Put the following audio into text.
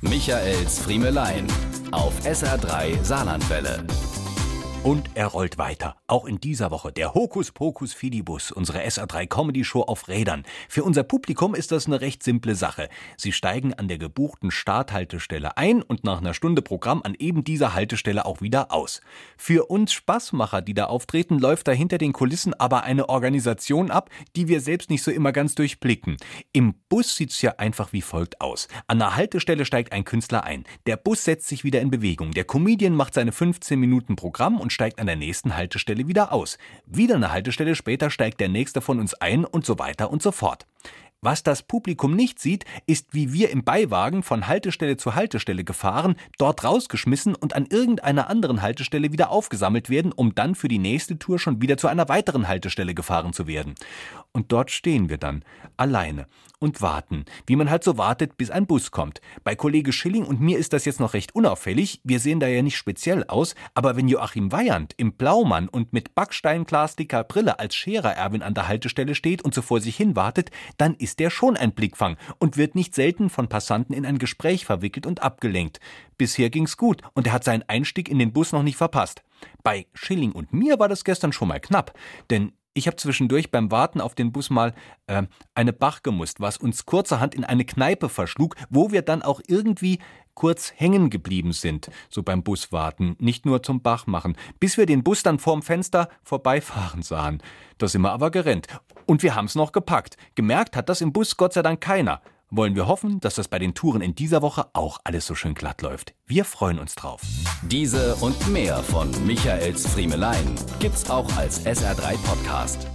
Michaels Friemelein auf SR3 Saarlandwelle. Und er rollt weiter. Auch in dieser Woche der Hokuspokus Fidibus, unsere SR3-Comedy-Show auf Rädern. Für unser Publikum ist das eine recht simple Sache. Sie steigen an der gebuchten Starthaltestelle ein und nach einer Stunde Programm an eben dieser Haltestelle auch wieder aus. Für uns Spaßmacher, die da auftreten, läuft da hinter den Kulissen aber eine Organisation ab, die wir selbst nicht so immer ganz durchblicken. Im Bus sieht's ja einfach wie folgt aus. An der Haltestelle steigt ein Künstler ein. Der Bus setzt sich wieder in Bewegung. Der Comedian macht seine 15 Minuten Programm und steigt an der nächsten Haltestelle wieder aus. Wieder eine Haltestelle später steigt der nächste von uns ein und so weiter und so fort. Was das Publikum nicht sieht, ist, wie wir im Beiwagen von Haltestelle zu Haltestelle gefahren, dort rausgeschmissen und an irgendeiner anderen Haltestelle wieder aufgesammelt werden, um dann für die nächste Tour schon wieder zu einer weiteren Haltestelle gefahren zu werden. Und dort stehen wir dann, alleine, und warten, wie man halt so wartet, bis ein Bus kommt. Bei Kollege Schilling und mir ist das jetzt noch recht unauffällig, wir sehen da ja nicht speziell aus, aber wenn Joachim Weyand im Blaumann und mit backsteinglasdicker Brille als Scherer Erwin an der Haltestelle steht und so vor sich hin wartet, dann ist der schon ein Blickfang und wird nicht selten von Passanten in ein Gespräch verwickelt und abgelenkt. Bisher ging's gut und er hat seinen Einstieg in den Bus noch nicht verpasst. Bei Schilling und mir war das gestern schon mal knapp, denn ich habe zwischendurch beim Warten auf den Bus mal eine Bach gemusst, was uns kurzerhand in eine Kneipe verschlug, wo wir dann auch irgendwie kurz hängen geblieben sind, so beim Buswarten, nicht nur zum Bach machen, bis wir den Bus dann vorm Fenster vorbeifahren sahen. Da sind wir aber gerannt. Und wir haben's noch gepackt. Gemerkt hat das im Bus Gott sei Dank keiner. Wollen wir hoffen, dass das bei den Touren in dieser Woche auch alles so schön glatt läuft. Wir freuen uns drauf. Diese und mehr von Michaels Friemelein gibt's auch als SR3 Podcast.